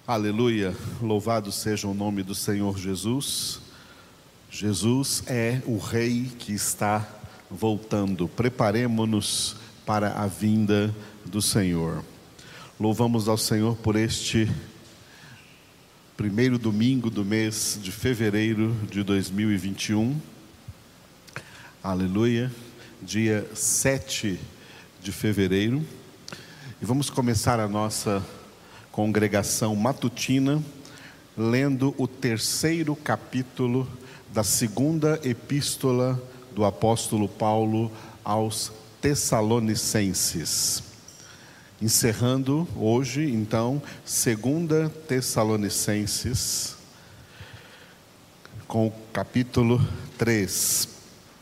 Aleluia, louvado seja o nome do Senhor Jesus. Jesus é o Rei que está voltando. Preparemo-nos para a vinda do Senhor. Louvamos ao Senhor por este primeiro domingo do mês de fevereiro de 2021. Aleluia, dia 7 de fevereiro. E vamos começar a nossa congregação matutina lendo o terceiro capítulo da segunda epístola do apóstolo Paulo aos Tessalonicenses. Encerrando hoje, então, segunda Tessalonicenses, com o capítulo 3.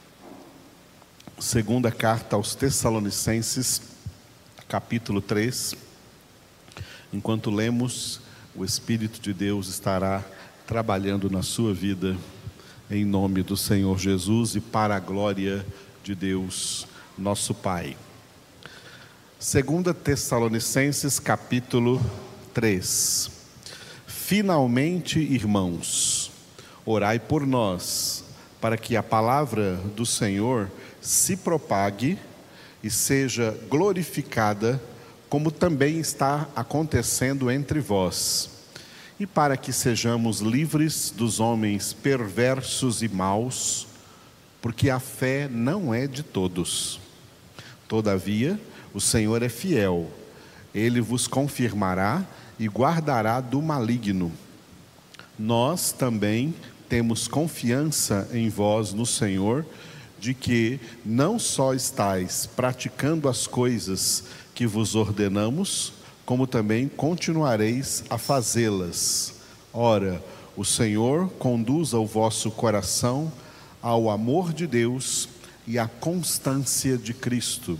Segunda carta aos Tessalonicenses, capítulo 3. Enquanto lemos, o Espírito de Deus estará trabalhando na sua vida, em nome do Senhor Jesus e para a glória de Deus, nosso Pai. Segunda Tessalonicenses, capítulo 3. Finalmente, irmãos, orai por nós, para que a palavra do Senhor se propague e seja glorificada, como também está acontecendo entre vós, e para que sejamos livres dos homens perversos e maus, porque a fé não é de todos. Todavia, o Senhor é fiel, Ele vos confirmará e guardará do maligno. Nós também temos confiança em vós no Senhor, de que não só estáis praticando as coisas que vos ordenamos, como também continuareis a fazê-las. Ora, o Senhor conduza o vosso coração ao amor de Deus e à constância de Cristo.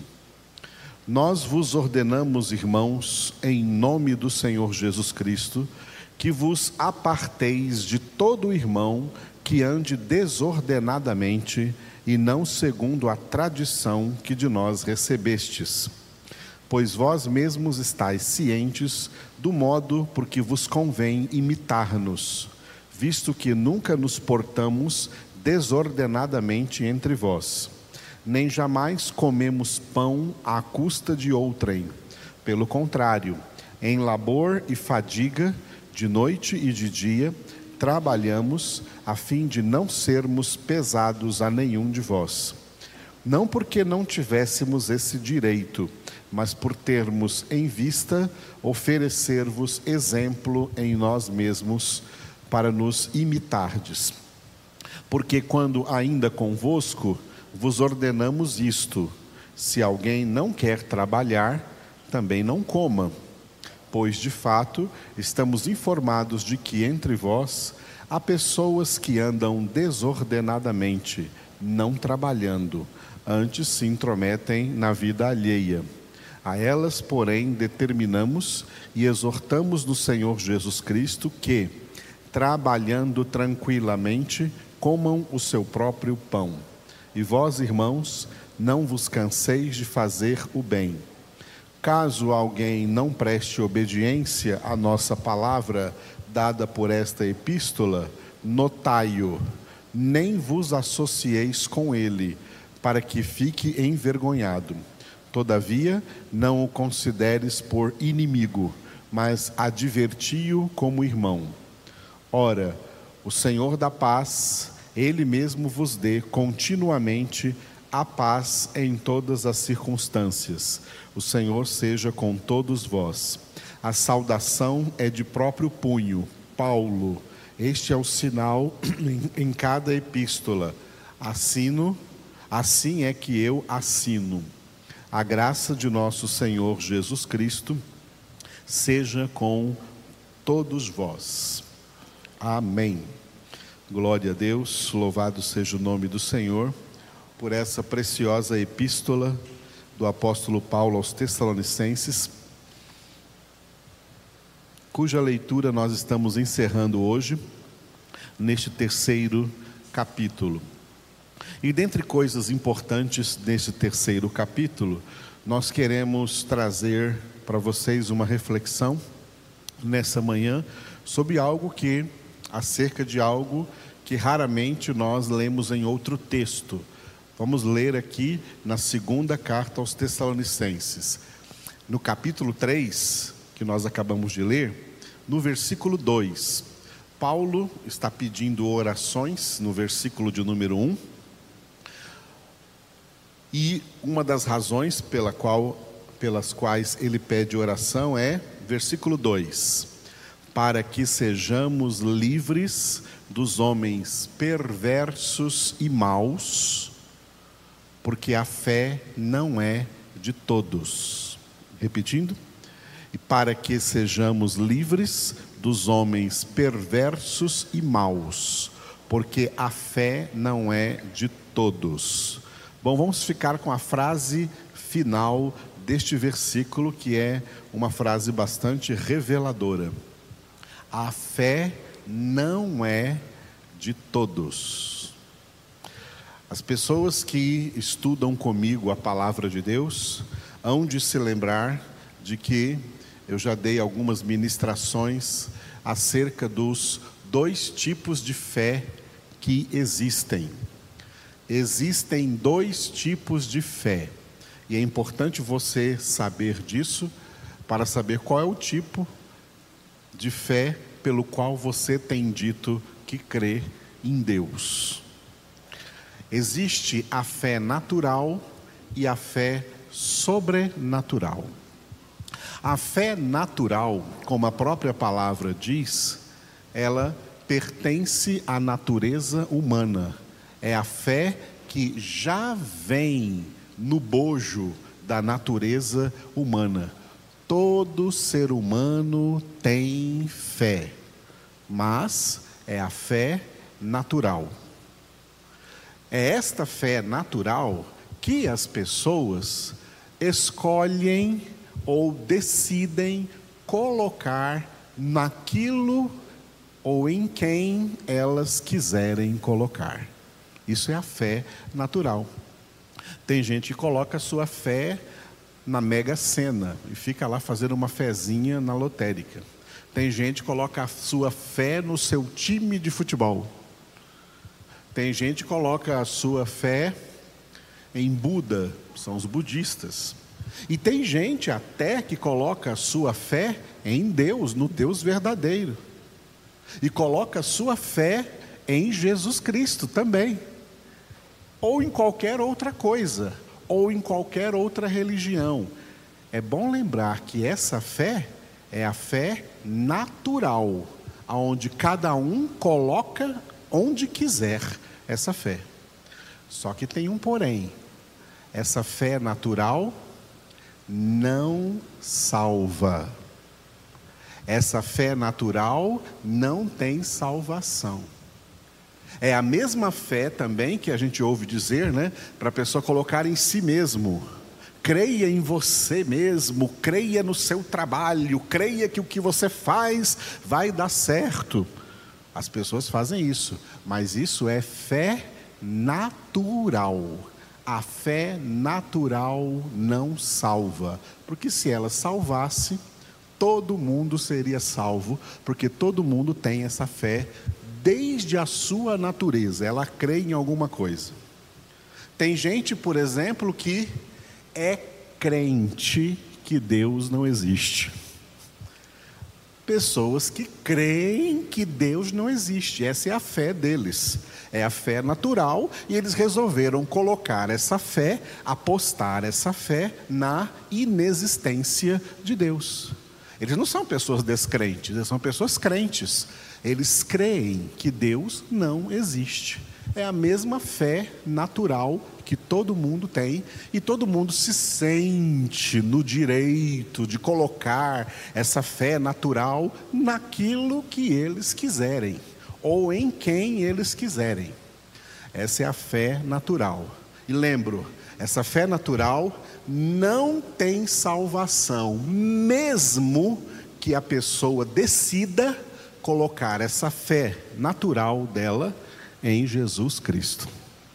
Nós vos ordenamos, irmãos, em nome do Senhor Jesus Cristo, que vos aparteis de todo irmão que ande desordenadamente e não segundo a tradição que de nós recebestes. Pois vós mesmos estáis cientes do modo por que vos convém imitar-nos, visto que nunca nos portamos desordenadamente entre vós, nem jamais comemos pão à custa de outrem. Pelo contrário, em labor e fadiga, de noite e de dia, trabalhamos a fim de não sermos pesados a nenhum de vós. Não porque não tivéssemos esse direito, mas por termos em vista oferecer-vos exemplo em nós mesmos, para nos imitardes. Porque quando ainda convosco, vos ordenamos isto: se alguém não quer trabalhar, também não coma. Pois de fato, estamos informados de que entre vós há pessoas que andam desordenadamente, não trabalhando, antes se intrometem na vida alheia. A elas, porém, determinamos e exortamos no Senhor Jesus Cristo que, trabalhando tranquilamente, comam o seu próprio pão. E vós, irmãos, não vos canseis de fazer o bem. Caso alguém não preste obediência à nossa palavra dada por esta epístola, notai-o, nem vos associeis com ele, para que fique envergonhado. Todavia, não o consideres por inimigo, mas adverti-o como irmão. Ora, o Senhor da paz, Ele mesmo vos dê continuamente a paz em todas as circunstâncias. O Senhor seja com todos vós. A saudação é de próprio punho. Paulo. Este é o sinal em cada epístola. Assim é que eu assino. A graça de nosso Senhor Jesus Cristo seja com todos vós. Amém. Glória a Deus, louvado seja o nome do Senhor, por essa preciosa epístola do apóstolo Paulo aos Tessalonicenses, cuja leitura nós estamos encerrando hoje, neste terceiro capítulo. E dentre coisas importantes neste terceiro capítulo, nós queremos trazer para vocês uma reflexão nessa manhã acerca de algo que raramente nós lemos em outro texto. Vamos ler aqui na segunda carta aos Tessalonicenses, no capítulo 3, que nós acabamos de ler, no versículo 2. Paulo está pedindo orações no versículo de número 1. E uma das razões pelas quais ele pede oração é, versículo 2: para que sejamos livres dos homens perversos e maus, porque a fé não é de todos. Repetindo: e para que sejamos livres dos homens perversos e maus, porque a fé não é de todos. Bom, vamos ficar com a frase final deste versículo, que é uma frase bastante reveladora. A fé não é de todos. As pessoas que estudam comigo a palavra de Deus hão de se lembrar de que eu já dei algumas ministrações acerca dos 2 tipos de fé que existem. Existem 2 tipos de fé, e é importante você saber disso para saber qual é o tipo de fé pelo qual você tem dito que crê em Deus. Existe a fé natural e a fé sobrenatural. A fé natural, como a própria palavra diz, ela pertence à natureza humana. É a fé que já vem no bojo da natureza humana. Todo ser humano tem fé, mas é a fé natural. É esta fé natural que as pessoas escolhem ou decidem colocar naquilo ou em quem elas quiserem colocar. Isso é a fé natural. Tem gente que coloca a sua fé na Mega Sena e fica lá fazendo uma fezinha na lotérica. Tem gente que coloca a sua fé no seu time de futebol. Tem gente que coloca a sua fé em Buda, são os budistas. E tem gente até que coloca a sua fé em Deus, no Deus verdadeiro. E coloca a sua fé em Jesus Cristo também. Ou em qualquer outra coisa, ou em qualquer outra religião. É bom lembrar que essa fé é a fé natural, onde cada um coloca onde quiser essa fé. Só que tem um porém: essa fé natural não salva. Essa fé natural não tem salvação. É a mesma fé também que a gente ouve dizer, né? Para a pessoa colocar em si mesmo. Creia em você mesmo, creia no seu trabalho, creia que o que você faz vai dar certo. As pessoas fazem isso, mas isso é fé natural. A fé natural não salva, porque se ela salvasse, todo mundo seria salvo, porque todo mundo tem essa fé desde a sua natureza, ela crê em alguma coisa. Tem gente, por exemplo, que é crente que Deus não existe. Pessoas que creem que Deus não existe, essa é a fé deles, é a fé natural, e eles resolveram colocar essa fé, apostar essa fé na inexistência de Deus. Eles não são pessoas descrentes, eles são pessoas crentes. Eles creem que Deus não existe. É a mesma fé natural que todo mundo tem, e todo mundo se sente no direito de colocar essa fé natural naquilo que eles quiserem, ou em quem eles quiserem. Essa é a fé natural. E lembro, essa fé natural não tem salvação, mesmo que a pessoa decida colocar essa fé natural dela em Jesus Cristo.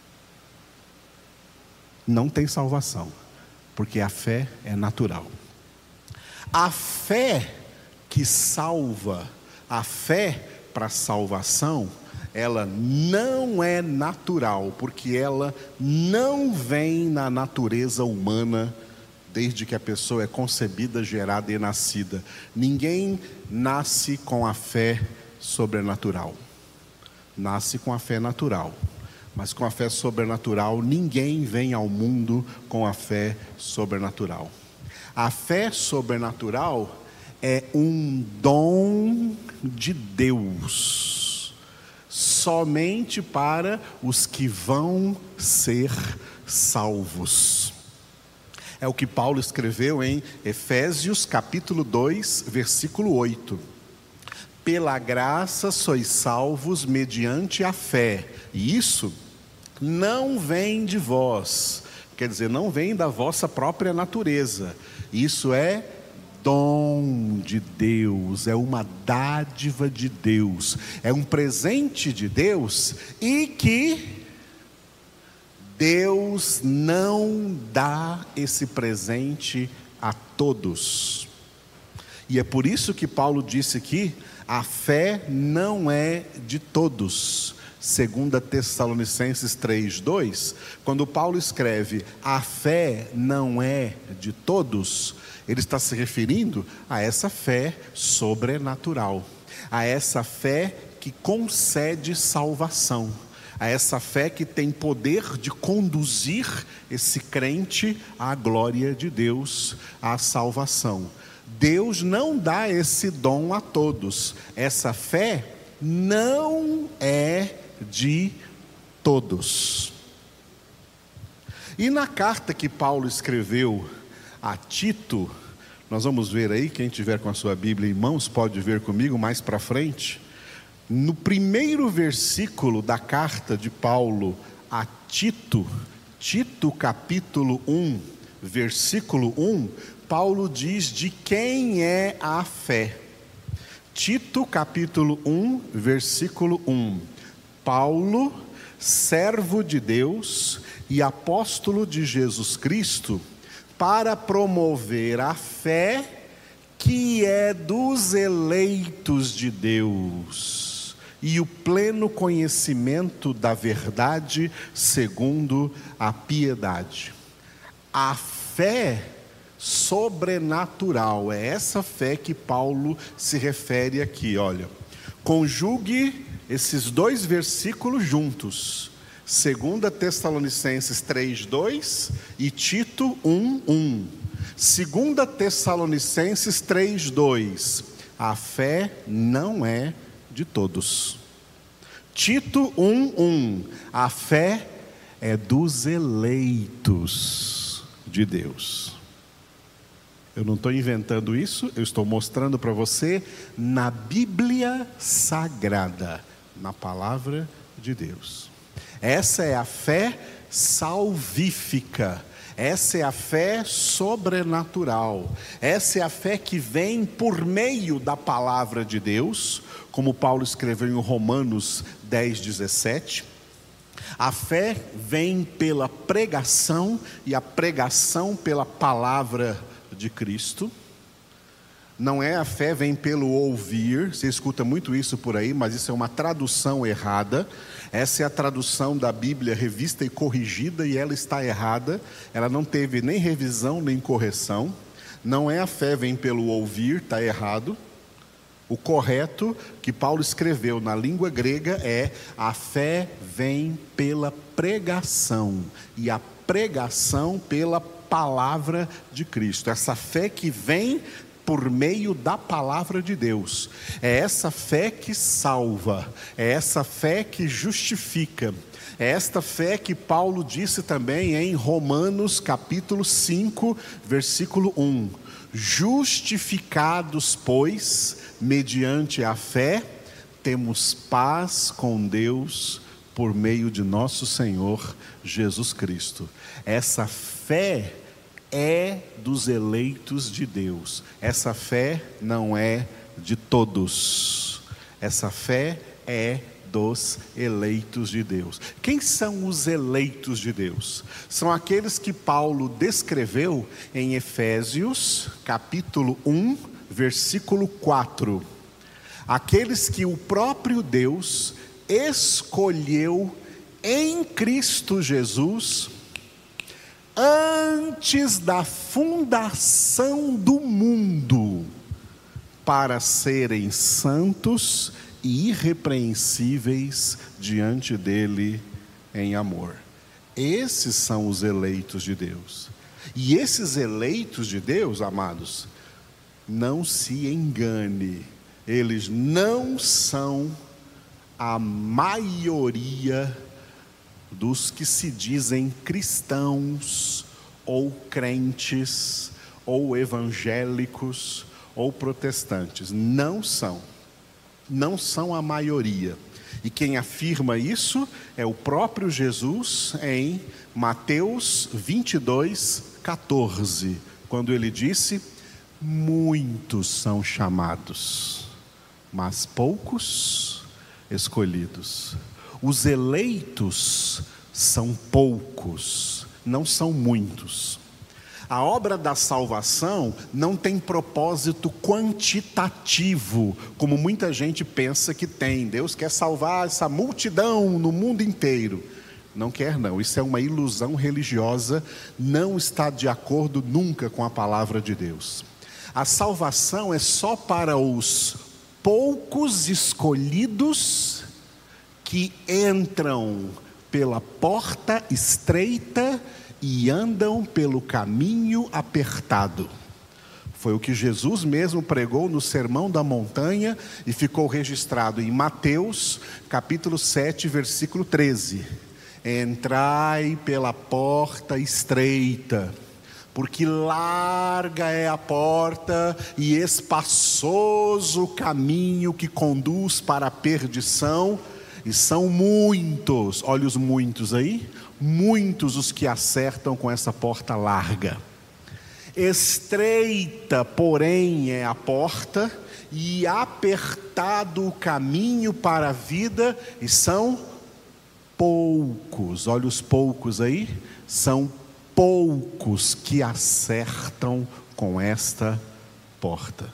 Não tem salvação, porque a fé é natural. A fé que salva, a fé para salvação, ela não é natural, porque ela não vem na natureza humana desde que a pessoa é concebida, gerada e nascida. Ninguém nasce com a fé sobrenatural. Nasce com a fé natural, mas com a fé sobrenatural, ninguém vem ao mundo com a fé sobrenatural. A fé sobrenatural é um dom de Deus, somente para os que vão ser salvos. É o que Paulo escreveu em Efésios capítulo 2, versículo 8. Pela graça sois salvos mediante a fé, e isso não vem de vós, quer dizer, não vem da vossa própria natureza, isso é dom de Deus, é uma dádiva de Deus, é um presente de Deus, e que Deus não dá esse presente a todos. E é por isso que Paulo disse que a fé não é de todos. 2 Tessalonicenses 3:2, quando Paulo escreve a fé não é de todos, ele está se referindo a essa fé sobrenatural, a essa fé que concede salvação, a essa fé que tem poder de conduzir esse crente à glória de Deus, à salvação. Deus não dá esse dom a todos. Essa fé não é de todos. E na carta que Paulo escreveu a Tito, nós vamos ver aí, quem tiver com a sua Bíblia em mãos pode ver comigo mais para frente. No primeiro versículo da carta de Paulo a Tito, Tito capítulo 1, versículo 1, Paulo diz de quem é a fé. Tito capítulo 1, versículo 1. Paulo, servo de Deus e apóstolo de Jesus Cristo, para promover a fé que é dos eleitos de Deus e o pleno conhecimento da verdade segundo a piedade. A fé sobrenatural, é essa fé que Paulo se refere aqui, olha. Conjugue esses dois versículos juntos, 2 Tessalonicenses 3:2 e Tito 1:1. 2 Tessalonicenses 3:2, a fé não é de todos. Tito 1:1, a fé é dos eleitos de Deus. Eu não estou inventando isso, eu estou mostrando para você na Bíblia Sagrada, na palavra de Deus. Essa é a fé salvífica, essa é a fé sobrenatural, essa é a fé que vem por meio da palavra de Deus, como Paulo escreveu em Romanos 10:17. A fé vem pela pregação, e a pregação pela palavra de Cristo. Não é a fé vem pelo ouvir, você escuta muito isso por aí, mas isso é uma tradução errada. Essa é a tradução da Bíblia revista e corrigida, e ela está errada, ela não teve nem revisão nem correção. Não é a fé vem pelo ouvir, está errado. O correto que Paulo escreveu na língua grega é: a fé vem pela pregação, e a pregação pela palavra de Cristo. Essa fé que vem por meio da palavra de Deus, é essa fé que salva, é essa fé que justifica, é esta fé que Paulo disse também em Romanos capítulo 5, versículo 1. Justificados, pois, mediante a fé, temos paz com Deus por meio de nosso Senhor Jesus Cristo. Essa fé é dos eleitos de Deus. Essa fé não é de todos. Essa fé é dos eleitos de Deus. Quem são os eleitos de Deus? São aqueles que Paulo descreveu em Efésios capítulo 1, versículo 4. Aqueles que o próprio Deus escolheu em Cristo Jesus antes da fundação do mundo, para serem santos e irrepreensíveis diante dele em amor. Esses são os eleitos de Deus. E esses eleitos de Deus, amados, não se engane, eles não são a maioria dos que se dizem cristãos, ou crentes, ou evangélicos, ou protestantes. Não são a maioria. E quem afirma isso é o próprio Jesus em Mateus 22:14, quando ele disse: muitos são chamados, mas poucos escolhidos. Os eleitos são poucos, não são muitos. A obra da salvação não tem propósito quantitativo, como muita gente pensa que tem. Deus quer salvar essa multidão no mundo inteiro. Não quer, não. Isso é uma ilusão religiosa, não está de acordo nunca com a palavra de Deus. A salvação é só para os poucos escolhidos que entram pela porta estreita e andam pelo caminho apertado. Foi o que Jesus mesmo pregou no Sermão da Montanha e ficou registrado em Mateus, capítulo 7, versículo 13. Entrai pela porta estreita, porque larga é a porta e espaçoso o caminho que conduz para a perdição, e são muitos, olha os muitos aí, muitos os que acertam com essa porta larga. Estreita, porém, é a porta, e apertado o caminho para a vida, e são poucos, olha os poucos aí, são poucos que acertam com esta porta.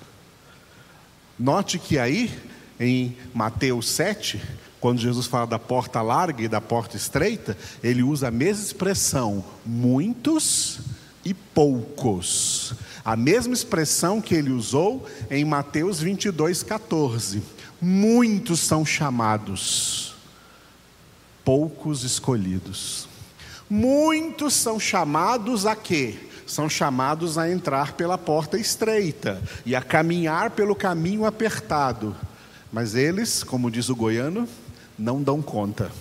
Note que aí, em Mateus 7, quando Jesus fala da porta larga e da porta estreita, ele usa a mesma expressão, muitos e poucos. A mesma expressão que ele usou em Mateus 22:14. Muitos são chamados, poucos escolhidos. Muitos são chamados a quê? São chamados a entrar pela porta estreita e a caminhar pelo caminho apertado. Mas eles, como diz o goiano, não dão conta,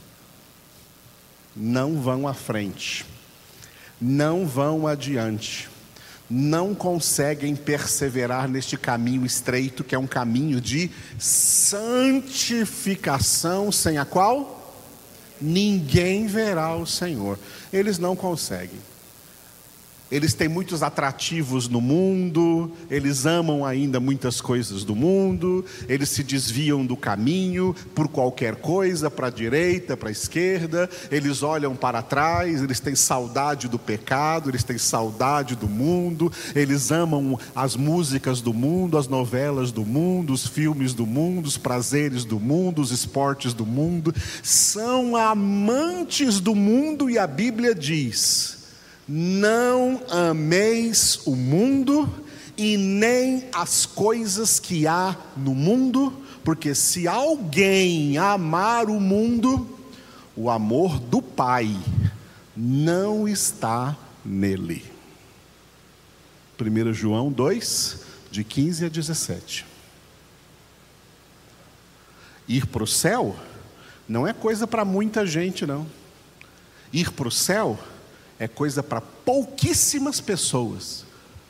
não vão à frente, não vão adiante, não conseguem perseverar neste caminho estreito, que é um caminho de santificação, sem a qual ninguém verá o Senhor. Eles não conseguem. Eles têm muitos atrativos no mundo, eles amam ainda muitas coisas do mundo, eles se desviam do caminho por qualquer coisa, para a direita, para a esquerda, eles olham para trás, eles têm saudade do pecado, eles têm saudade do mundo, eles amam as músicas do mundo, as novelas do mundo, os filmes do mundo, os prazeres do mundo, os esportes do mundo, são amantes do mundo, e a Bíblia diz: não ameis o mundo e nem as coisas que há no mundo, porque se alguém amar o mundo, o amor do Pai não está nele. 1 João 2, de 15 a 17. Ir para o céu não é coisa para muita gente, não. Ir para o céu é coisa para pouquíssimas pessoas.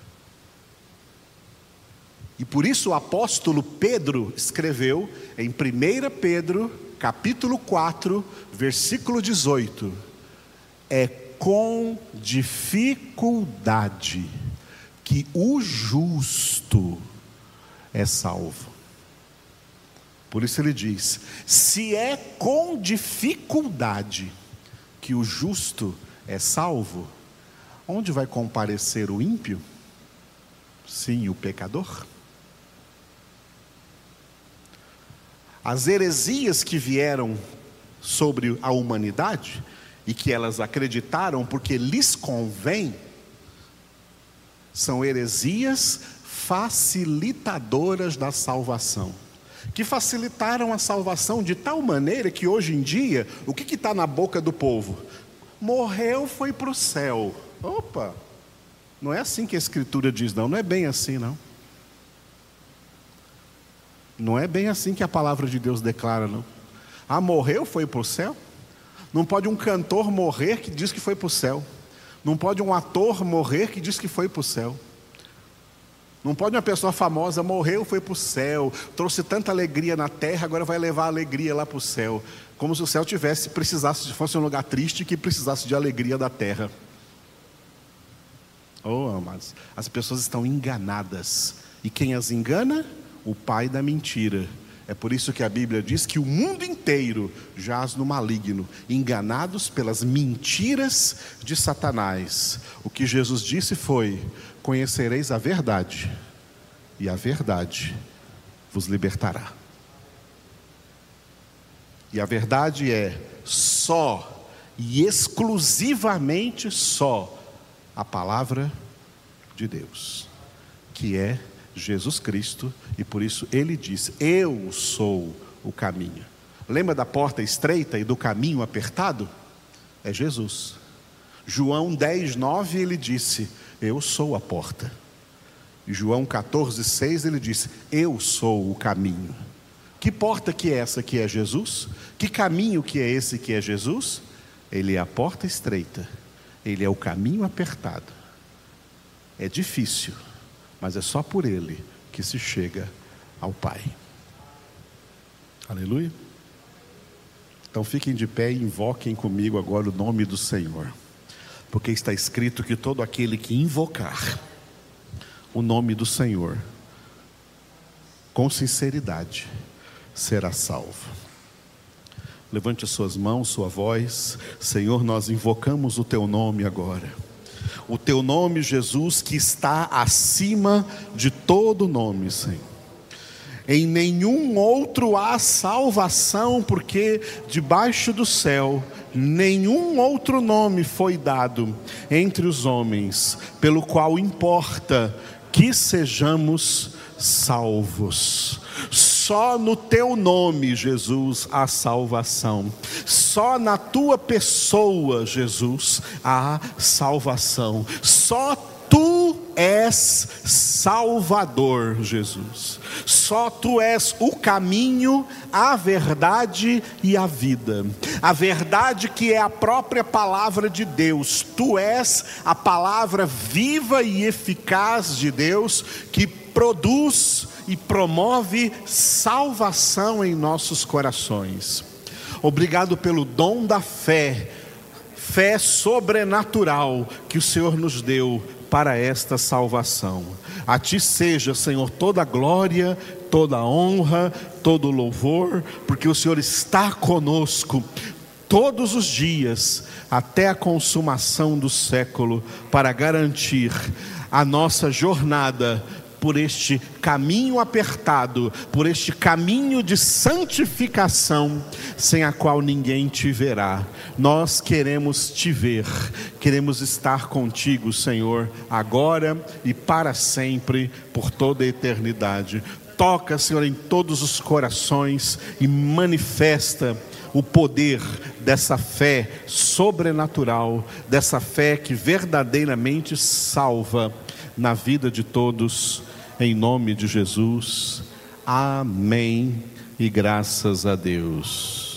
E por isso o apóstolo Pedro escreveu em 1 Pedro, capítulo 4, versículo 18: é com dificuldade que o justo é salvo. Por isso ele diz: se é com dificuldade que o justo é salvo, onde vai comparecer o ímpio? Sim, o pecador. As heresias que vieram sobre a humanidade e que elas acreditaram porque lhes convém, são heresias facilitadoras da salvação, que facilitaram a salvação de tal maneira que hoje em dia, o que está na boca do povo? Morreu, foi para o céu. Opa, não é assim que a Escritura diz, não é bem assim, não. Não é bem assim que a palavra de Deus declara, não. Ah, morreu, foi para o céu? Não pode um cantor morrer que diz que foi para o céu. Não pode um ator morrer que diz que foi para o céu. Não pode uma pessoa famosa morreu, foi para o céu, trouxe tanta alegria na terra, agora vai levar a alegria lá para o céu. Como se o céu fosse um lugar triste que precisasse de alegria da terra. Oh, amados, as pessoas estão enganadas. E quem as engana? O pai da mentira. É por isso que a Bíblia diz que o mundo inteiro jaz no maligno, enganados pelas mentiras de Satanás. O que Jesus disse foi: conhecereis a verdade, e a verdade vos libertará. E a verdade é só e exclusivamente só a palavra de Deus, que é Jesus Cristo, e por isso ele diz: eu sou o caminho. Lembra da porta estreita e do caminho apertado? É Jesus. João 10:9 ele disse: eu sou a porta. E João 14:6 ele disse: eu sou o caminho. Que porta que é essa que é Jesus? Que caminho que é esse que é Jesus? Ele é a porta estreita, ele é o caminho apertado. É difícil, mas é só por ele que se chega ao Pai. Aleluia. Então fiquem de pé e invoquem comigo agora o nome do Senhor, porque está escrito que todo aquele que invocar o nome do Senhor com sinceridade será salvo. Levante as suas mãos, sua voz. Senhor, nós invocamos o teu nome agora. O teu nome, Jesus, que está acima de todo nome, Senhor. Em nenhum outro há salvação, porque debaixo do céu nenhum outro nome foi dado entre os homens, pelo qual importa que sejamos salvos. Só no teu nome, Jesus, há salvação. Só na tua pessoa, Jesus, há salvação. Só tu és Salvador, Jesus. Só tu és o caminho, a verdade e a vida. A verdade que é a própria palavra de Deus. Tu és a palavra viva e eficaz de Deus, que produz e promove salvação em nossos corações. Obrigado pelo dom da fé, fé sobrenatural que o Senhor nos deu para esta salvação. A ti seja, Senhor, toda a glória, toda a honra, todo o louvor, porque o Senhor está conosco todos os dias, até a consumação do século, para garantir a nossa jornada por este caminho apertado, por este caminho de santificação, sem a qual ninguém te verá. Nós queremos te ver, queremos estar contigo, Senhor, agora e para sempre, por toda a eternidade. Toca, Senhor, em todos os corações e manifesta o poder dessa fé sobrenatural, dessa fé que verdadeiramente salva na vida de todos. Em nome de Jesus, amém e graças a Deus.